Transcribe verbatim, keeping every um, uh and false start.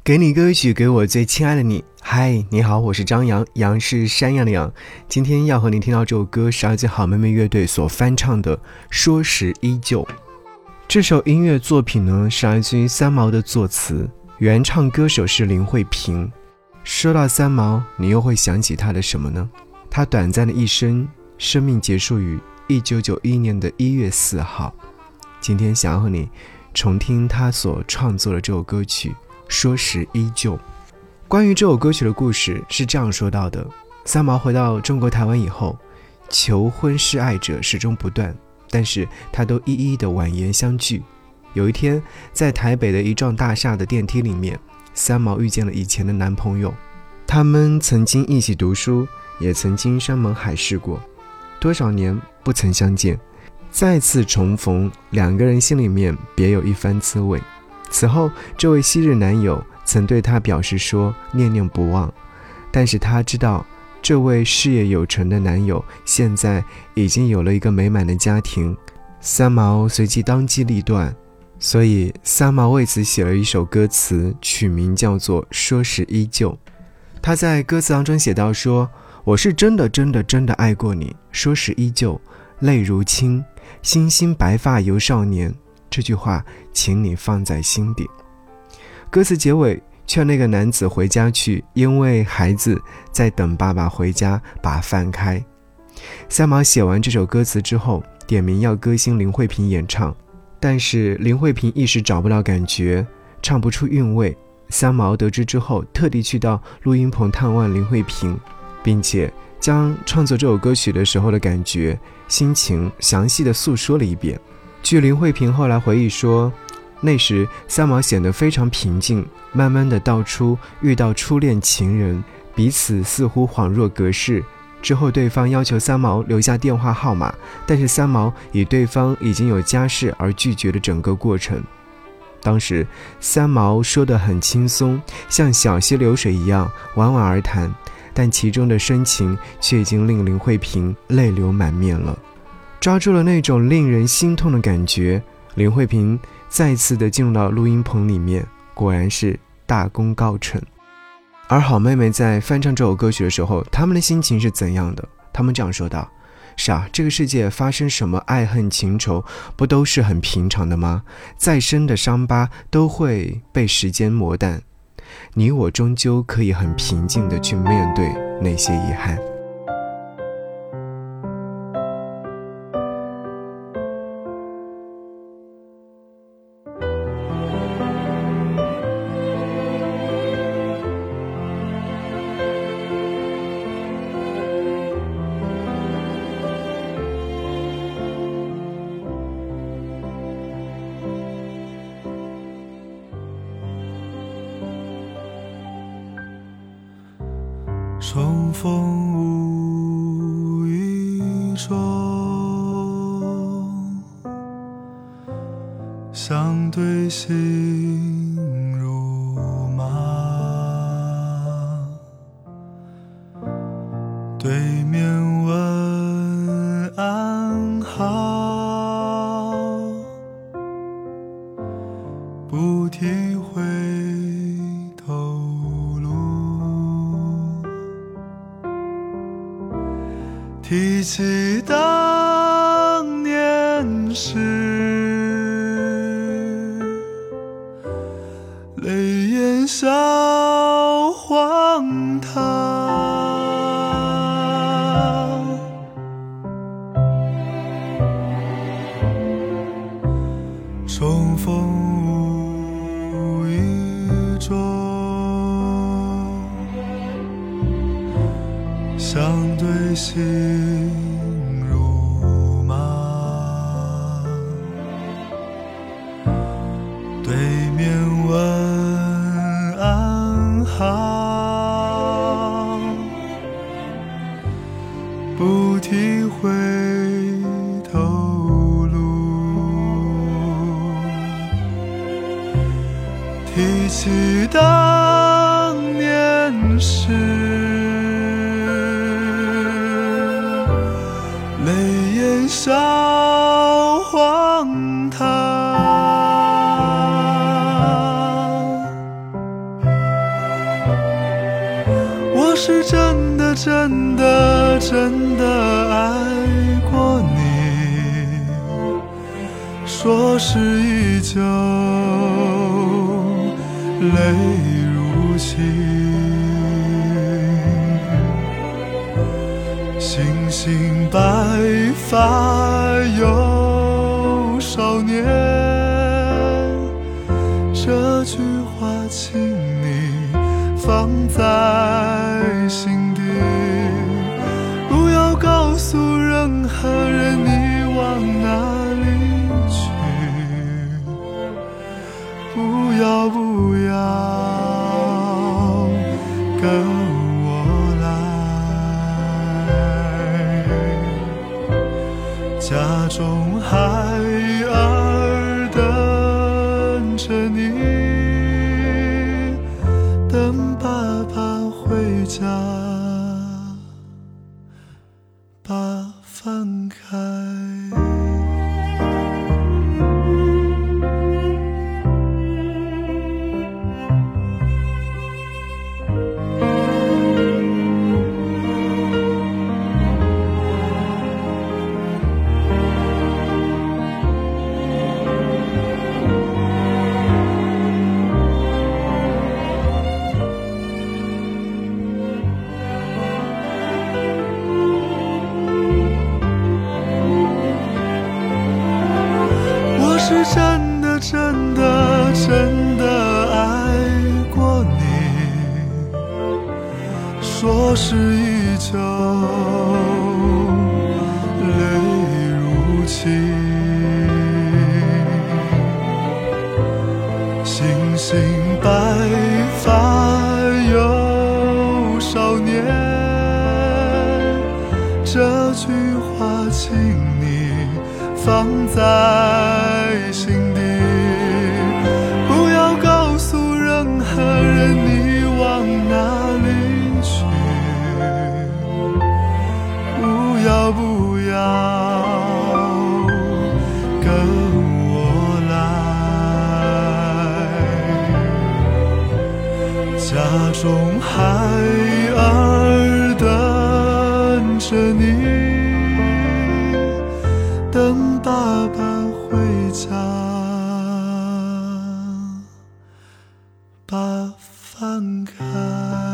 给你歌曲，给我最亲爱的你。嗨，你好，我是张扬，杨是山羊的羊。今天要和你听到这首歌是来自好妹妹乐队所翻唱的《说时依旧》。这首音乐作品呢，是来自于三毛的作词，原唱歌手是林慧萍。说到三毛，你又会想起他的什么呢？他短暂的一生，生命结束于一九九一年的一月四号。今天想要和你重听他所创作的这首歌曲说时依旧。关于这首歌曲的故事是这样说到的：三毛回到中国台湾以后，求婚示爱者始终不断，但是他都一一的婉言相拒。有一天，在台北的一幢大厦的电梯里面，三毛遇见了以前的男朋友，他们曾经一起读书，也曾经山盟海誓过，多少年不曾相见，再次重逢，两个人心里面别有一番滋味。此后，这位昔日男友曾对她表示说念念不忘，但是她知道这位事业有成的男友现在已经有了一个美满的家庭。三毛随即当机立断，所以三毛为此写了一首歌词，取名叫做《说时依旧》。她在歌词当中写到说，我是真的真的真的爱过你，说时依旧，泪如倾，星星白发犹少年，这句话请你放在心底。歌词结尾劝那个男子回家去，因为孩子在等爸爸回家把饭开。三毛写完这首歌词之后，点名要歌星林慧萍演唱，但是林慧萍一时找不到感觉，唱不出韵味。三毛得知之后，特地去到录音棚探望林慧萍，并且将创作这首歌曲的时候的感觉、心情详细的诉说了一遍。据林慧萍后来回忆说，那时三毛显得非常平静，慢慢的道出遇到初恋情人，彼此似乎恍若隔世。之后对方要求三毛留下电话号码，但是三毛以对方已经有家室而拒绝了整个过程。当时三毛说得很轻松，像小溪流水一样婉婉而谈，但其中的深情却已经令林慧萍泪流满面了。抓住了那种令人心痛的感觉，林慧萍再次的进入到录音棚里面，果然是大功告成。而好妹妹在翻唱这首歌曲的时候，她们的心情是怎样的？她们这样说道，是啊，这个世界发生什么爱恨情仇，不都是很平常的吗？再深的伤疤都会被时间磨淡，你我终究可以很平静地去面对那些遗憾。 重逢无意中，相对心如麻，对面问安好，不提回头提起当年事，泪眼笑荒唐，重逢无意中，相对心如麻，对面问安好，不提回头路，提起当年事，泪眼笑荒唐。 是真的真的真的爱过你，说是依旧，泪如倾。星星白发有少年，这句话请你放在心底，不要告诉任何人你往哪里去，不要不要跟我来，家中孩儿等着你，等爸爸回家，把饭开。是真的真的真的爱过你，说是依旧，泪如倾。星星白发有少年，这句话请你放在心底，不要告诉任何人你往哪里去，不要不要跟我来，家中孩儿等着你，等爸爸回家，把饭开。